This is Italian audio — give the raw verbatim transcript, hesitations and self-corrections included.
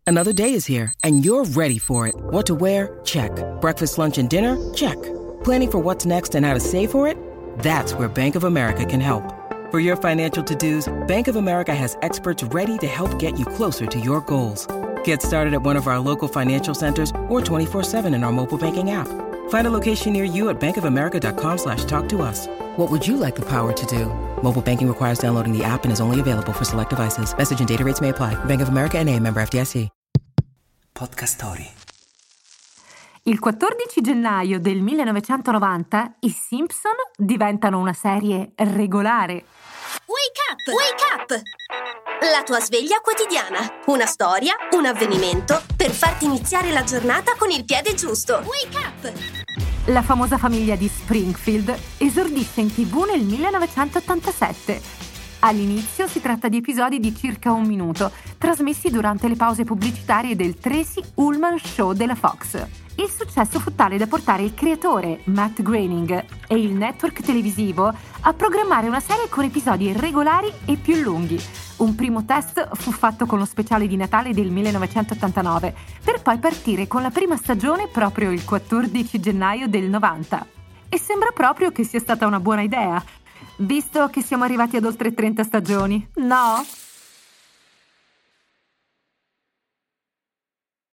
Another day is here, and you're ready for it. What to wear? Check. Breakfast, lunch, and dinner? Check. Planning for what's next and how to save for it? That's where Bank of America can help. For your financial to-dos, Bank of America has experts ready to help get you closer to your goals. Get started at one of our local financial centers or twenty-four seven in our mobile banking app. Find a location near you at bankofamerica.com slash talk to us. What would you like the power to do? Mobile banking requires downloading the app and is only available for select devices. Message and data rates may apply. Bank of America N A, member F D I C. Podcast Story. Il quattordici gennaio del millenovecentonovanta i Simpson diventano una serie regolare. Wake up! Wake up! La tua sveglia quotidiana. Una storia, un avvenimento per farti iniziare la giornata con il piede giusto. Wake up! La famosa famiglia di Springfield esordisce in tivù nel millenovecentottantasette. All'inizio si tratta di episodi di circa un minuto, trasmessi durante le pause pubblicitarie del Tracy Ullman Show della Fox. Il successo fu tale da portare il creatore, Matt Groening, e il network televisivo a programmare una serie con episodi regolari e più lunghi. Un primo test fu fatto con lo speciale di Natale del millenovecentottantanove, per poi partire con la prima stagione proprio il quattordici gennaio del novanta. E sembra proprio che sia stata una buona idea, visto che siamo arrivati ad oltre trenta stagioni, no?